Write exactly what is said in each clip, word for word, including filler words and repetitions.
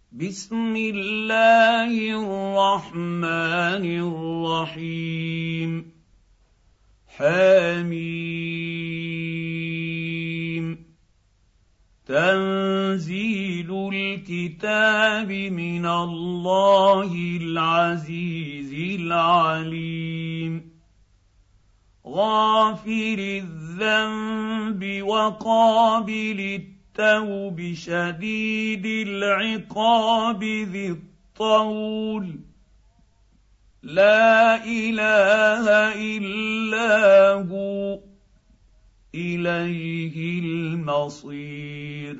بسم الله الرحمن الرحيم حميم تنزيل الكتاب من الله العزيز العليم غافر الذنب وقابل التوب شديد العقاب ذي الطول لا اله الا هو اليه المصير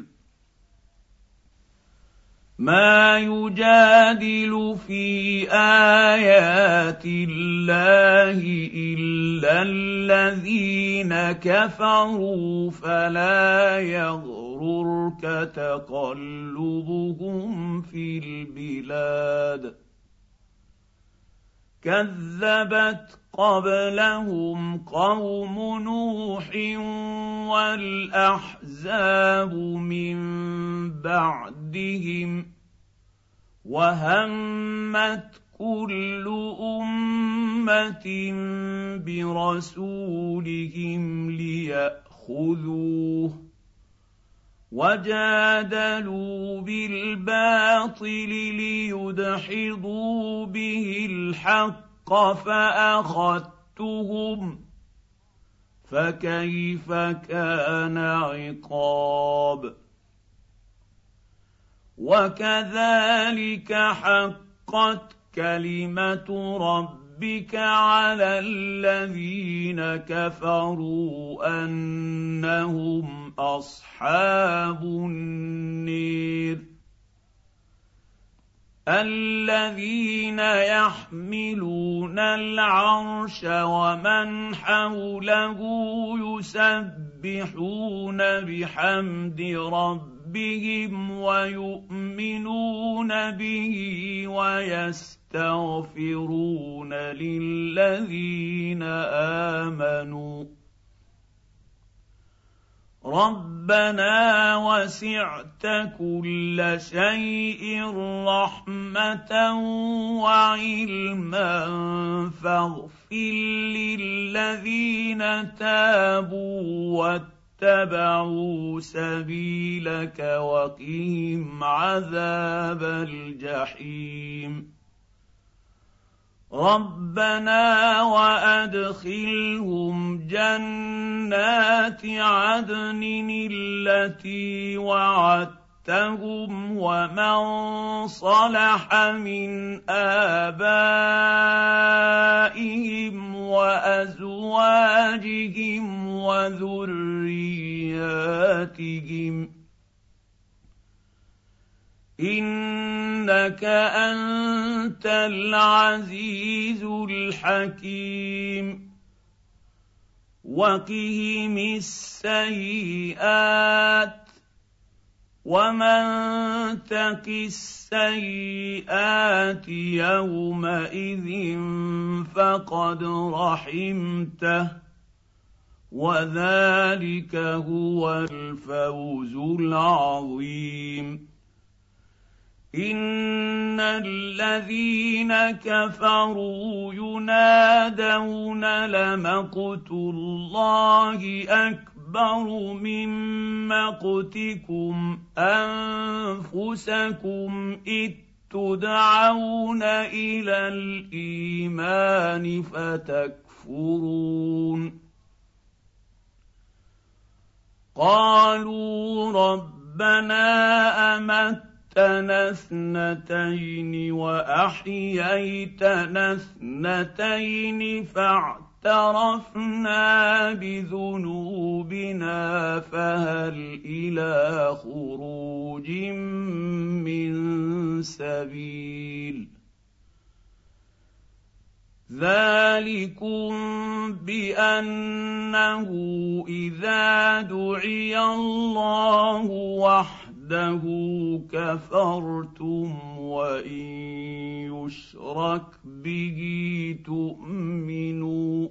ما يجادل في ايات الله الا الذين كفروا فلا يغررك تقلبهم في البلاد كذبت قبلهم قوم نوح والاحزاب من بعدهم وهمت كل امه برسولهم لياخذوه وجادلوا بالباطل ليدحضوا به الحق فاخذتهم فكيف كان عقاب وكذلك حقت كلمه ربك على الذين كفروا انهم اصحاب النير الذين يحملون العرش ومن حوله يسبحون بحمد ربهم ويؤمنون به ويستغفرون للذين امنوا ربنا وسعت كل شيء رحمه وعلما فاغفر للذين تابوا واتبعوا سبيلك وقهم عذاب الجحيم ربنا وادخلهم جنات عدن التي وعدتهم ومن صلح من ابائهم وازواجهم وذرياتهم انك انت العزيز الحكيم وقهم السيئات ومن تق السيئات يومئذ فقد رحمته وذلك هو الفوز العظيم ان الذين كفروا ينادون لمقت الله اكبر من مقتكم انفسكم اذ تدعون الى الايمان فتكفرون قالوا ربنا امت أمتنا اثنتين وأحييتنا اثنتين فاعترفنا بذنوبنا فهل إلى خروج من سبيل ذلكم بأنه إذا دعي الله وحده كفرتم وإن يشرك به تؤمنوا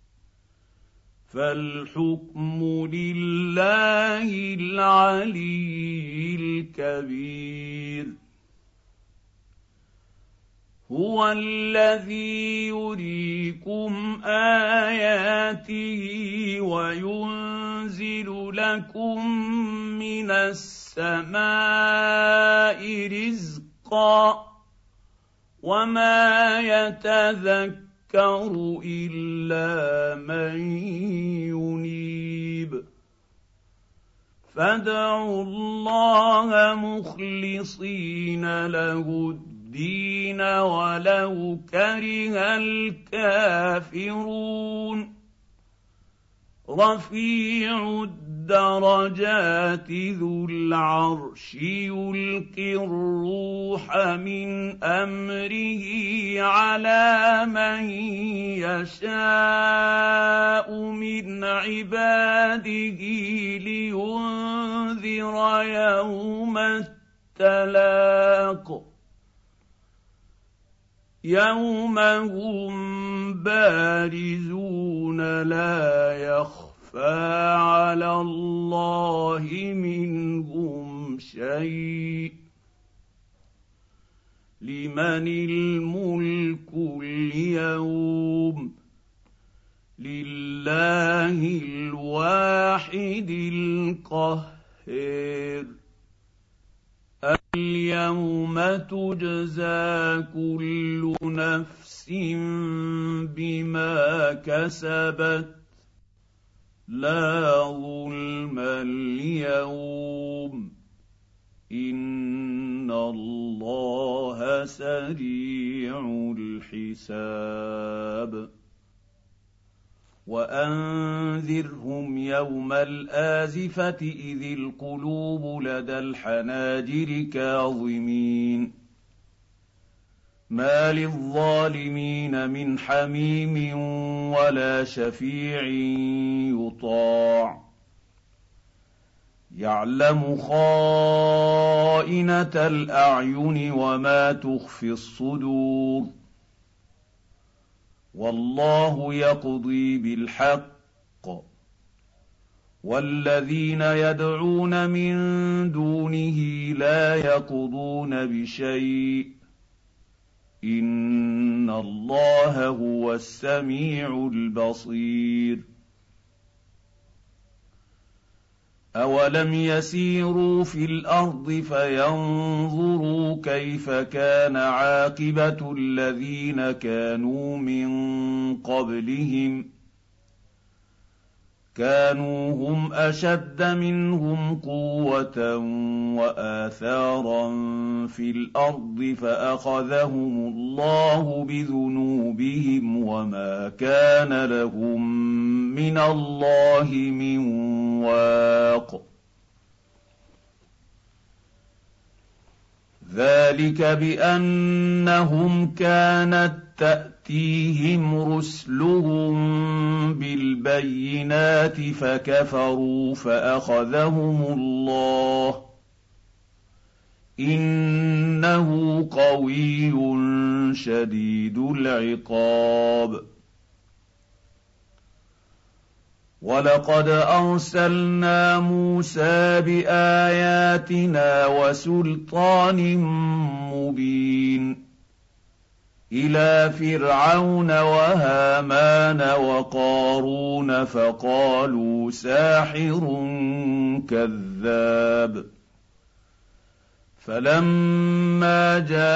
فالحكم لله العلي الكبير هو الذي يريكم آياته وينزل لكم من السماء رزقا وما يتذكر إلا من ينيب فادعوا الله مخلصين له الدين ولو كره الكافرون رفيع الدرجات ذو العرش يلقي الروح من أمره على من يشاء من عباده لينذر يوم التلاق يوم هم بارزون لا يخفون فعلى الله منهم شيء لمن الملك اليوم لله الواحد القهار اليوم تجزى كل نفس بما كسبت لا ظلم اليوم إن الله سريع الحساب وأنذرهم يوم الآزفة إذ القلوب لدى الحناجر كاظمين ما للظالمين من حميم ولا شفيع يطاع يعلم خائنة الأعين وما تخفي الصدور والله يقضي بالحق والذين يدعون من دونه لا يقضون بشيء إن الله هو السميع البصير أولم يسيروا في الأرض فينظروا كيف كان عاقبة الذين كانوا من قبلهم كانوا هم أشد منهم قوة وآثارا في الأرض فأخذهم الله بذنوبهم وما كان لهم من الله من واق ذلك بأنهم كانت تأتيهم رسلهم بالبينات فكفروا فأخذهم الله إنه قوي شديد العقاب ولقد أرسلنا موسى بآياتنا وسلطان مبين إلى فرعون وهامان وقارون فقالوا ساحر كذاب فلما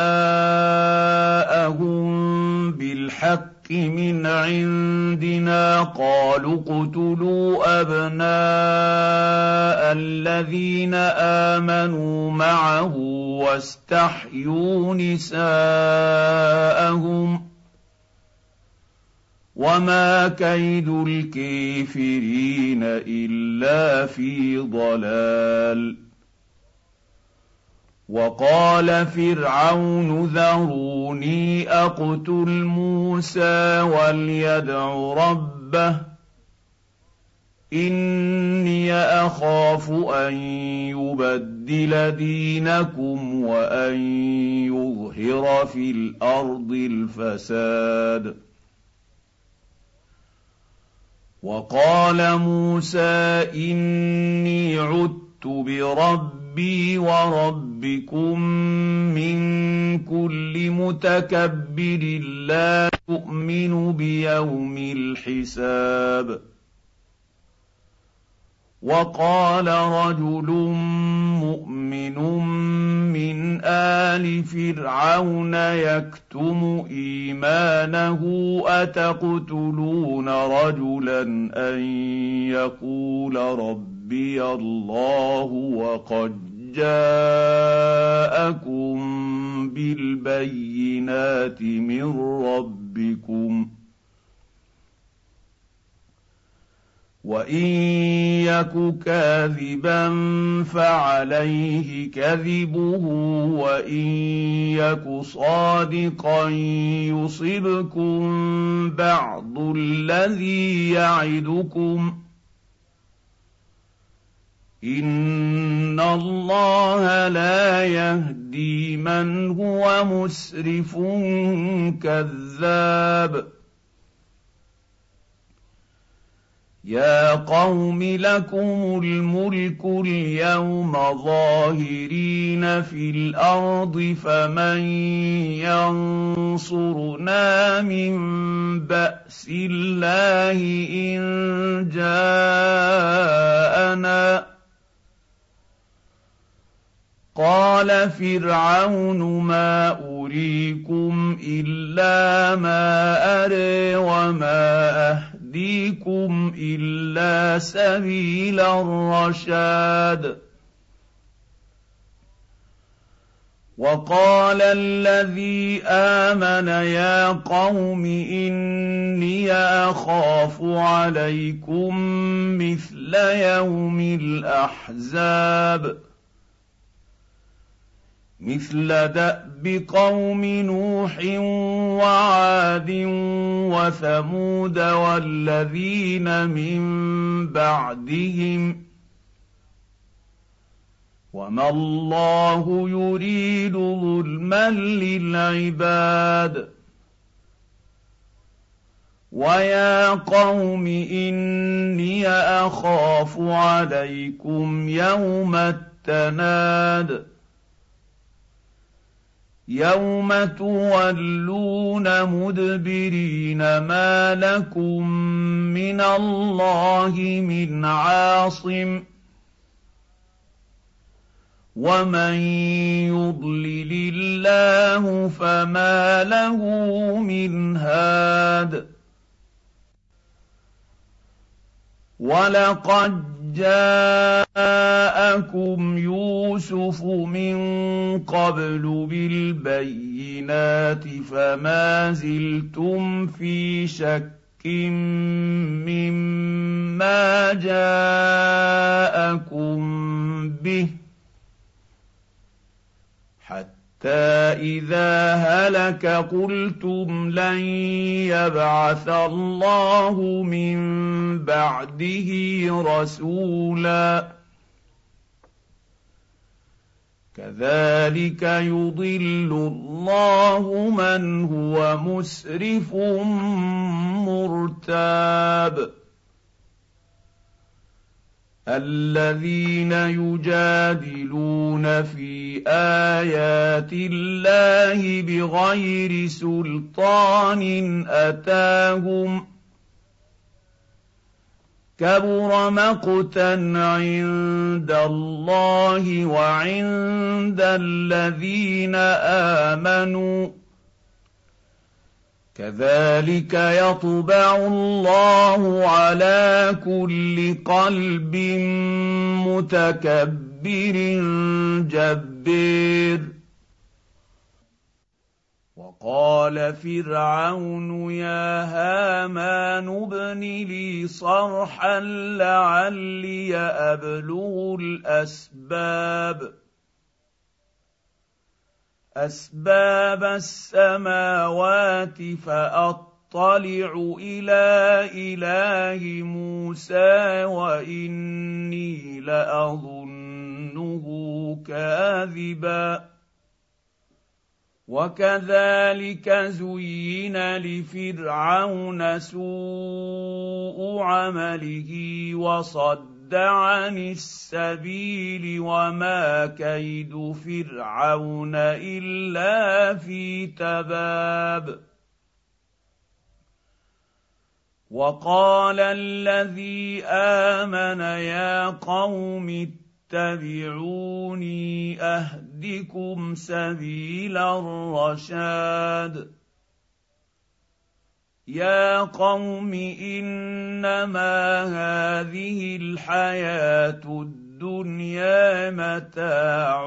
جاءهم بالحق من عندنا قالوا اقتلوا أبناء الذين آمنوا معه واستحيوا نساءهم وما كيد الكافرين إلا في ضلال وقال فرعون ذروني أقتل موسى وليدع ربه إني أخاف أن يبدل دينكم وأن يظهر في الأرض الفساد وقال موسى إني عدت بربي ربي وربكم من كل متكبر لا يؤمن بيوم الحساب. وقال رجل مؤمن من آل فرعون يكتم إيمانه أتقتلون رجلا أن يقول ربي الله وقد جاءكم بالبينات من ربكم وإن يك كاذبا فعليه كذبه وإن يك صادقا يصبكم بعض الذي يعدكم إن الله لا يهدي من هو مسرف كذاب. يا قوم لكم الملك اليوم ظاهرين في الأرض فمن ينصرنا من بأس الله إن جاءنا. قال فرعون ما أريكم إلا ما أري وما أهديكم إلا سبيل الرشاد. وقال الذي آمن يا قوم إني أخاف عليكم مثل يوم الأحزاب مثل دأب قوم نوح وعاد وثمود والذين من بعدهم وما الله يريد ظلما للعباد. ويا قوم إني أخاف عليكم يوم التناد يوم تولون مدبرين ما لكم من الله من عاصم ومن يضلل الله فما له من هاد. ولقد جاءكم يوسف من قبل بالبينات فما زلتم في شك مما جاءكم به حتى إذا هلك قلتم لن يبعث الله من بعده رسولا كذلك يضل الله من هو مسرف مرتاب. الذين يجادلون في آيات الله بغير سلطان أتاهم كبر مقتا عند الله وعند الذين آمنوا كذلك يطبع الله على كل قلب متكبر جبار. وقال فرعون يا هامان ابن لي صرحا لعلي أبلغ الأسباب أسباب السماوات فأطلع إلى إله موسى وإني لأظنه كاذبا. وكذلك زين لفرعون سوء عمله وصد وصد عن السبيل وما كيد فرعون إلا في تباب وقال الذي آمن يا قوم اتبعوني أهدكم سبيل الرشاد يا قوم إنما هذه الحياة الدنيا متاع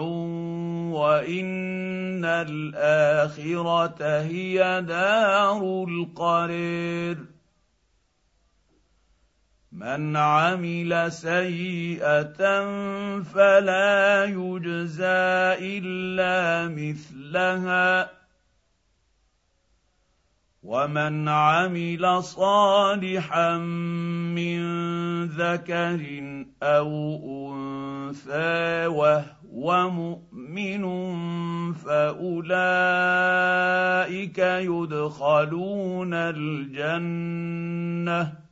وإن الآخرة هي دار القرار من عمل سيئة فلا يجزى إلا مثلها ومن عمل صالحا من ذكر أو أنثى وهو مؤمن فأولئك يدخلون الجنة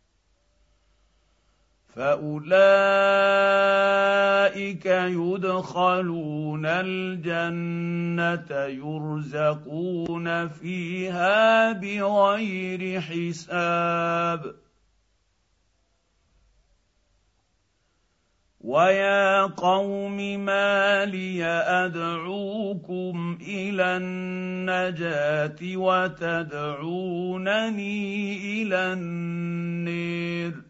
فأولئك يدخلون الجنة يرزقون فيها بغير حساب ويا قوم ما لي أدعوكم إلى النجاة وتدعونني إلى النير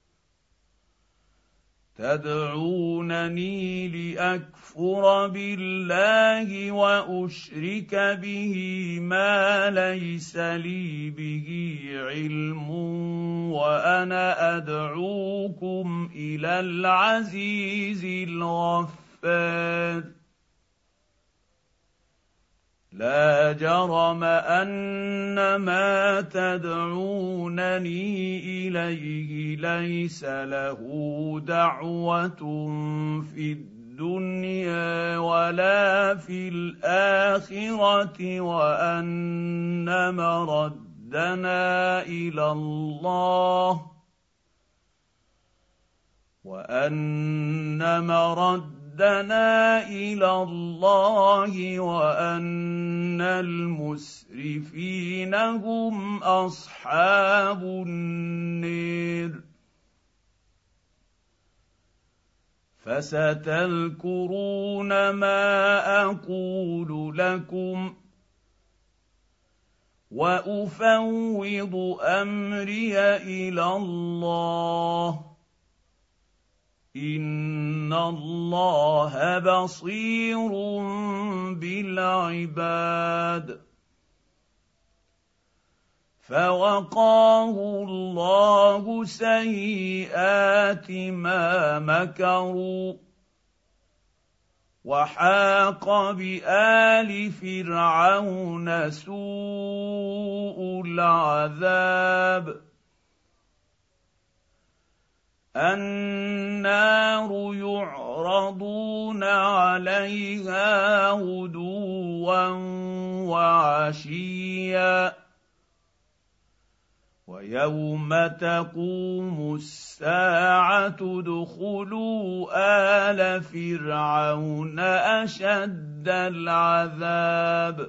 تدعونني لأكفر بالله وأشرك به ما ليس لي به علم وأنا أدعوكم إلى العزيز الغفار لا جرم أن ما تدعونني إليه ليس له دعوة في الدنيا ولا في الآخرة وأن مردنا إلى الله وأن مردنا ردنا إلى الله وأن المسرفين هم أصحاب النير فستذكرون ما أقول لكم وأفوض أمري إلى الله إن الله بصير بالعباد فوقاه الله سيئات ما مكروا وحاق بآل فرعون سوء العذاب النار يعرضون عليها غدوا وعشيا ويوم تقوم الساعة ادخلوا آل فرعون أشد العذاب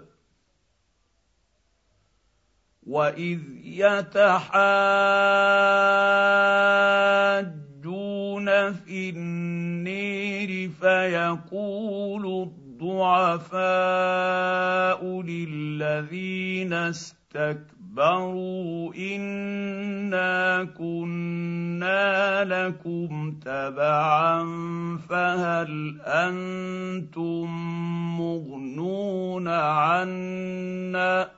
وإذ يتحاجون في النير فيقول الضعفاء للذين استكبروا إنا كنا لكم تبعا فهل أنتم مغنون عنا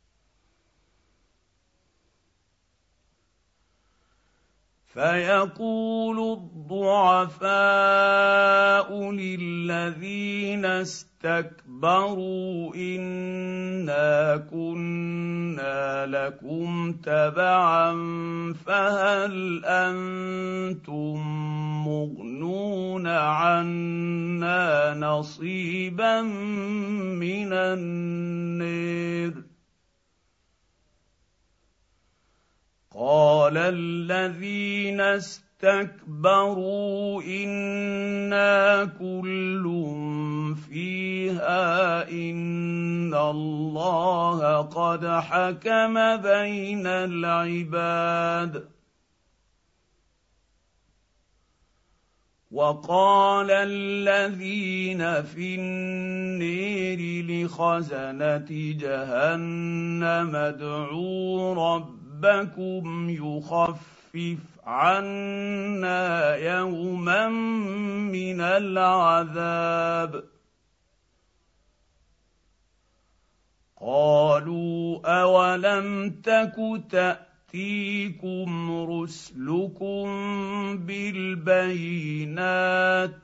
فيقول الضعفاء للذين استكبروا إنا كنا لكم تبعا فهل أنتم مغنون عنا نصيبا من النير قال الذين استكبروا اسْتَكْبَرُوا إِنَّا كُلٌّ فِيهَا إِنَّ اللَّهَ قَدْ حَكَمَ بَيْنَ الْعِبَادِ وَقَالَ الَّذِينَ فِي النِّيرِ لِخَزَنَةِ جَهَنَّمَ ادْعُوا رَبَّكُمْ يُخَفِّفْ عَنَّا يَوْمًا مِّنَ الْعَذَابِ قَالُوا أَوَلَمْ تَكُ تَأْتِيكُمْ رُسُلُكُم بِالْبَيِّنَاتِ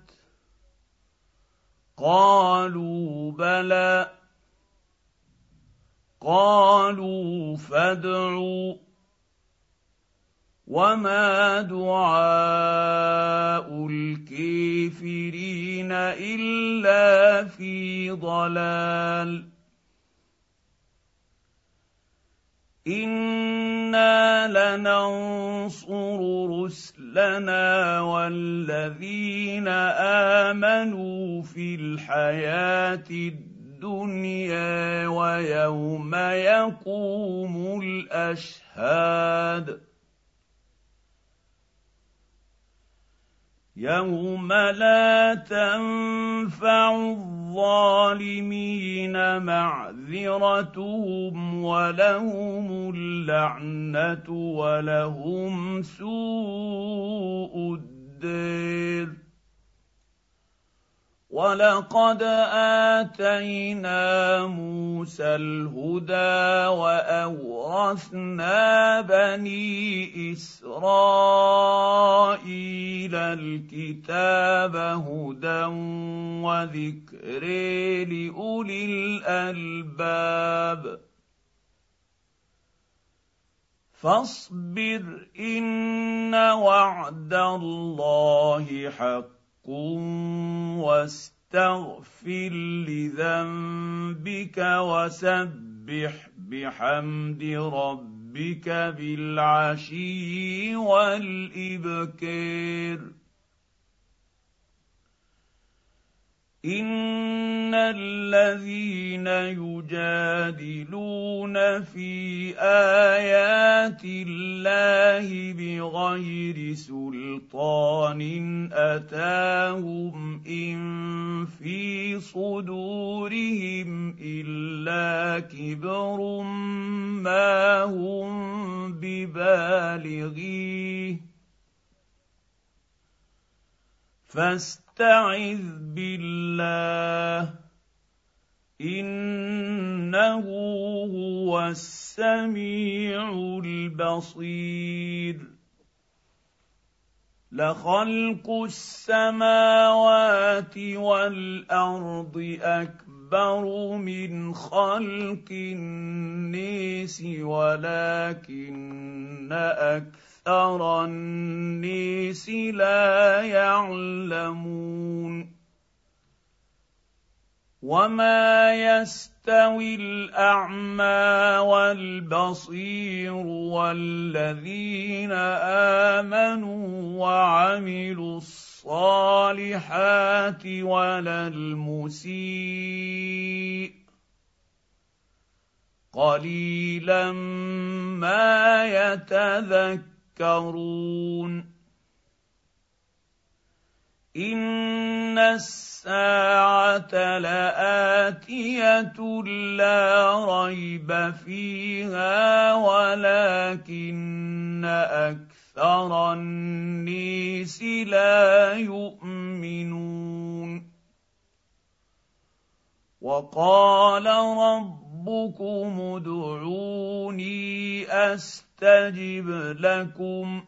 قَالُوا بَلَىٰ قَالُوا فَادْعُوا وَمَا دُعَاءُ الْكَافِرِينَ إِلَّا فِي ضَلَالٍ إِنَّا لَنَنصُرُ رُسُلَنَا وَالَّذِينَ آمَنُوا فِي الْحَيَاةِ الدُّنْيَا وَيَوْمَ يَقُومُ الْأَشْهَادُ يَوْمَ لَا تَنفَعُ الظَّالِمِينَ مَعْذِرَتُهُمْ وَلَهُمُ اللَّعْنَةُ وَلَهُمْ سُوءُ الدَّارِ وَلَقَدْ آتَيْنَا مُوسَى الْهُدَىٰ وَأَوْرَثْنَا بَنِي إِسْرَائِيلَ الْكِتَابَ هُدًى وَذِكْرٍ لِّأُولِي الْأَلْبَابِ فَاصْبِرْ إِنَّ وَعْدَ اللَّهِ حَقٌّ وَاسْتَغْفِرْ لِذَنبِكَ وَسَبِّحْ بِحَمْدِ رَبِّكَ بِالْعَشِيِّ وَالْإِبْكَارِ إِنَّ الَّذِينَ يُجَادِلُونَ فِي آيَاتِ اللَّهِ بِغَيْرِ سُلْطَانٍ أَتَاهُمْ إِن فِي صُدُورِهِمْ إِلَّا كِبْرٌ مَّا هُم بِبَالِغِيهِ فَاسْتَعِذْ بِاللَّهِ إِنَّهُ هُوَ السَّمِيعُ الْبَصِيرُ لَخَلْقُ السَّمَاوَاتِ وَالْأَرْضِ أَكْبَرُ مِنْ خَلْقِ النَّاسِ وَلَٰكِنَّ أَكْثَرَ النَّاسِ لَا يَعْلَمُونَ وَمَا يَسْتَوِي الْأَعْمَىٰ وَالْبَصِيرُ وَالَّذِينَ آمَنُوا وَعَمِلُوا الصَّالِحَاتِ وَلَا الْمُسِيءُ قَلِيلًا مَّا يَتَذَكَّرُونَ إِنَّ السَّاعَةَ لَآتِيَةٌ لَّا رَيْبَ فِيهَا وَلَٰكِنَّ أَكْثَرَ النَّاسِ لَا يُؤْمِنُونَ وَقَالَ رَبُّكُمُ ادْعُونِي أَسْتَجِبْ لَكُمْ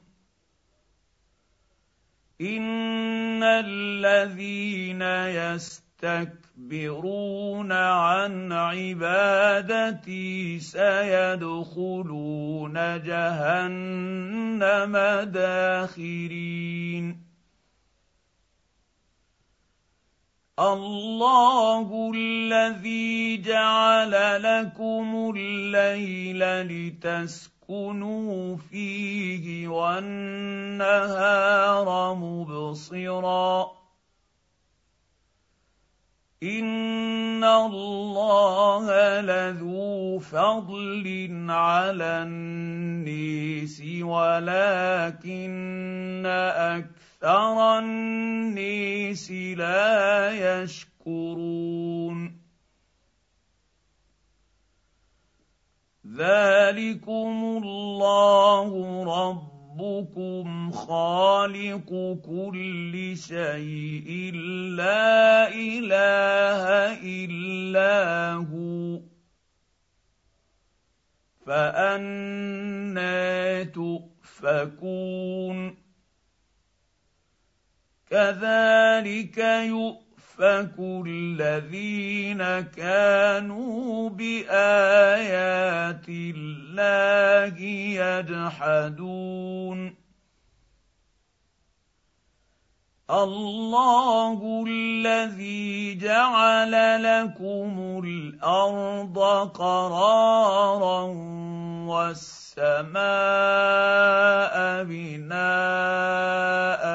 إِنَّ الَّذِينَ يَسْتَكْبِرُونَ عَنْ عِبَادَتِي سَيَدْخُلُونَ جَهَنَّمَ دَاخِرِينَ اللَّهُ الَّذِي جَعَلَ لَكُمُ اللَّيْلَ لِتَسْكُنُوا لتسكنوا فيه والنهار مبصرا إن الله لذو فضل على الناس ولكن أكثر الناس لا يشكرون ذلكم الله ربكم خالق كل شيء لا إله إلا هو فأنى تؤفكون كذلك يؤفك الذين كانوا بآيات الله يجحدون الله الذي جعل لكم الأرض قرارا والسماء بناء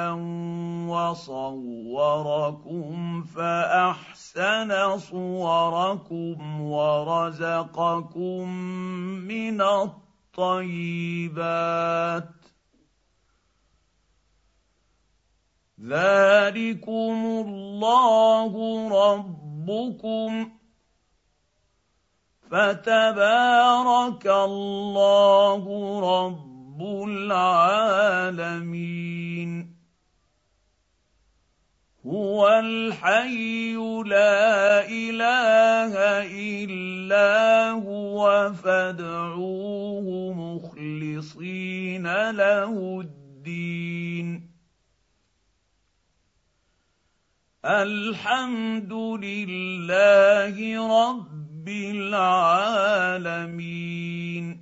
وصوركم فأحسن صوركم ورزقكم من الطيبات ذلكم الله ربكم فتبارك الله رب العالمين هو الحي لا إله إلا هو فادعوه مخلصين له الدين الحمد لله رب العالمين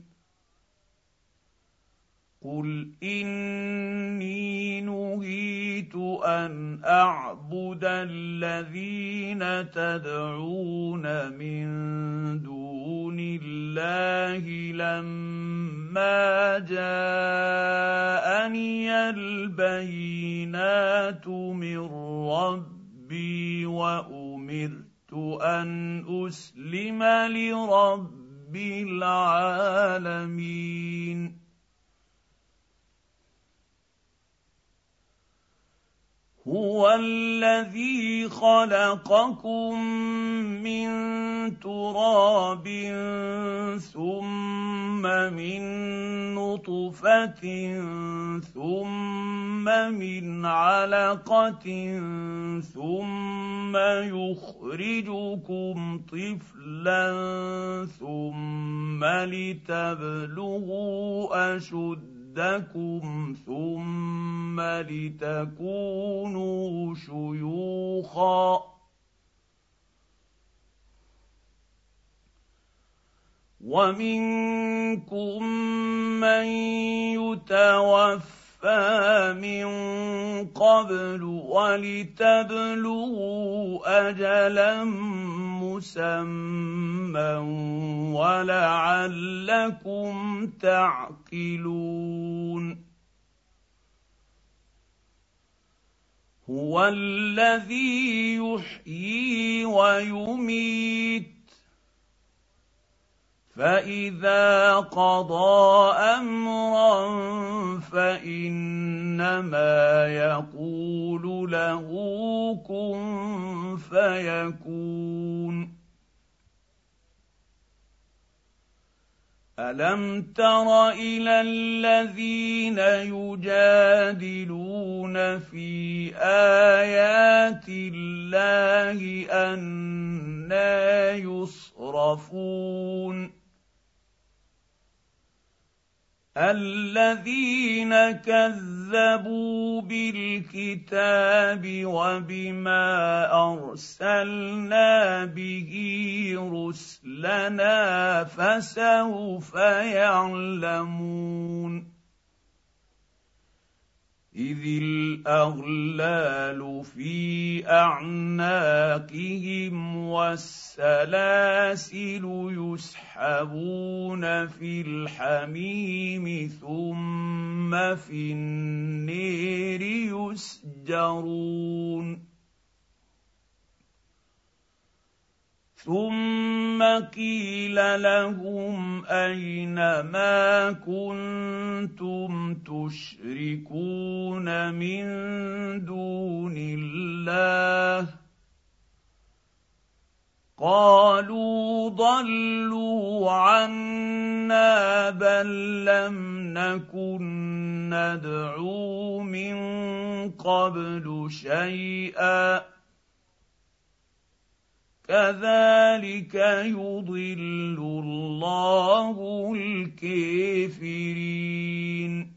قل إني نهيت أن أعبد الذين تدعون من دون الله لما جاءني البينات من ربي وأمرت أن أسلم لرب العالمين هو الذي خلقكم من تراب ثم من نطفة ثم من علقة ثم يخرجكم طفلا ثم لتبلغوا أشدكم ثم لتكونوا شيوخا ومنكم من يتوفى من قبل ولتبلغوا أجلا مسمى ولعلكم تعقلون هو الذي يحيي ويميت فإذا قضى أمرا فإنما يقول له كن فيكون ألم تر إلى الذين يجادلون في آيات الله أنى يصرفون الذين كذبوا بالكتاب وبما أرسلنا به رسلنا فسوف يعلمون إذ الأغلال في أعناقهم والسلاسل يسحبون في الحميم ثم في النير يسجرون ثم قيل لهم أين ما كنتم تشركون من دون الله قالوا ضلوا عنا بل لم نكن ندعو من قبل شيئا كذلك يضل الله الكافرين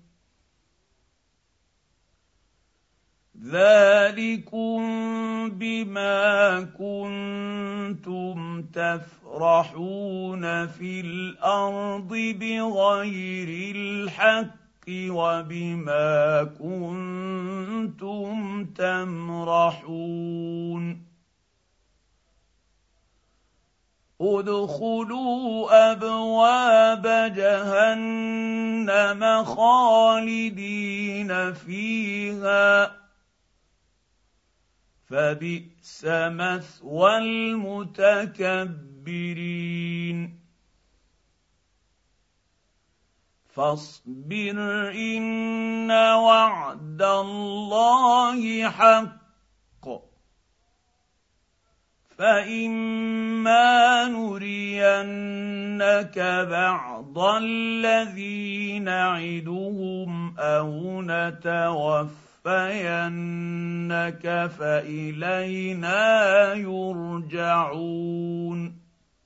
ذلكم بما كنتم تفرحون في الأرض بغير الحق وبما كنتم تمرحون ادخلوا أبواب جهنم خالدين فيها فبئس مثوى المتكبرين فاصبر إن وعد الله حق فإما نرينك بعض الذي نعدهم أو نتوفينك فإلينا يرجعون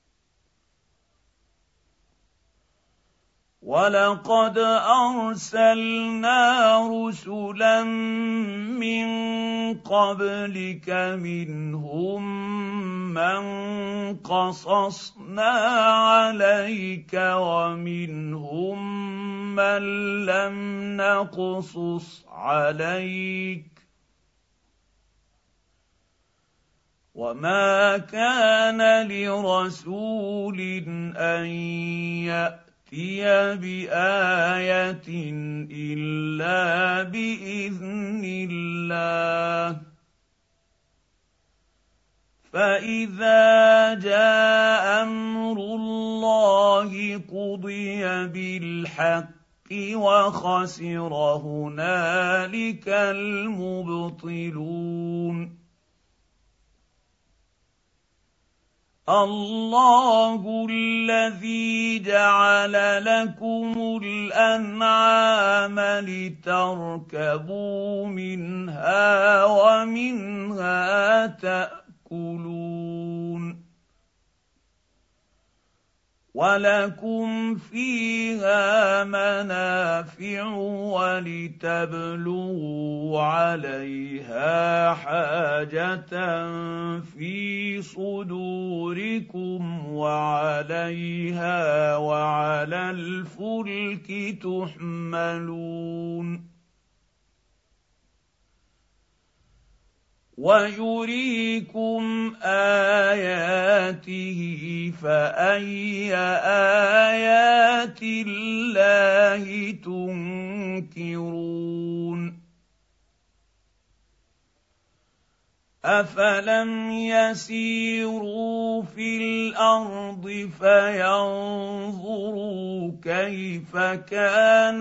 ولقد أرسلنا رسلا من قبلك منهم من قصصنا عليك ومنهم من لم نقصص عليك وما كان لرسول أن يأتي بآية إلا بإذن الله فإذا جاء أمر الله قضي بالحق وخسر هنالك المبطلون الله الذي جعل لكم الأنعام لتركبوا منها ومنها تأكلون ولكم فيها منافع ولتبلغوا عليها حاجة في صدوركم وعليها وعلى الفلك تحملون ويريكم آياته فأي آيات الله تنكرون أفلم يسيروا في الأرض فينظروا كيف كان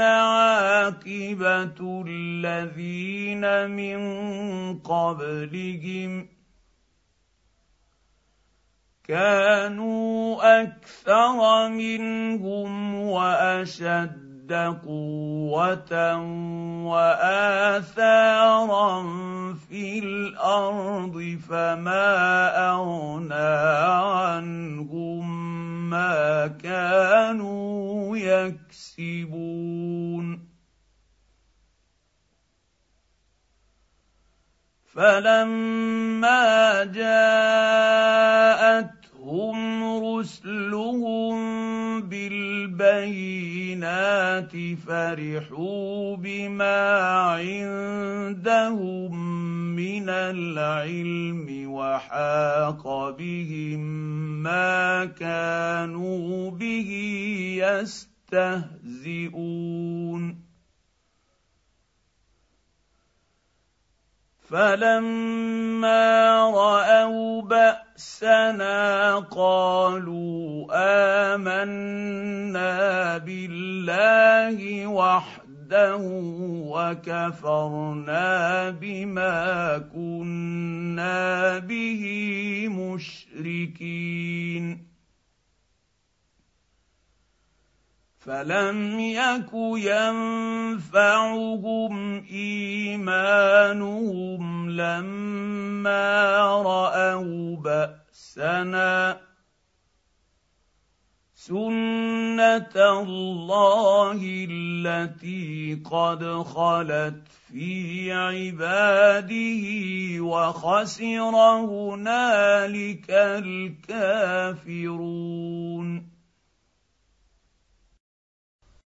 عاقبة الذين من قبلهم كانوا أكثر منهم وأشد قوة وآثارا في الأرض فما أغنى عنهم ما كانوا يكسبون فلما جاءتهم رسلهم بالبينات فرحوا بما عندهم من العلم وحاق بهم ما كانوا به يستهزئون فلما راوا باسنا قالوا امنا بالله وحده وكفرنا بما كنا به مشركين فلم يك ينفعهم ايمانهم لما راوا باسنا سنه الله التي قد خلت في عباده وخسر هنالك الكافرون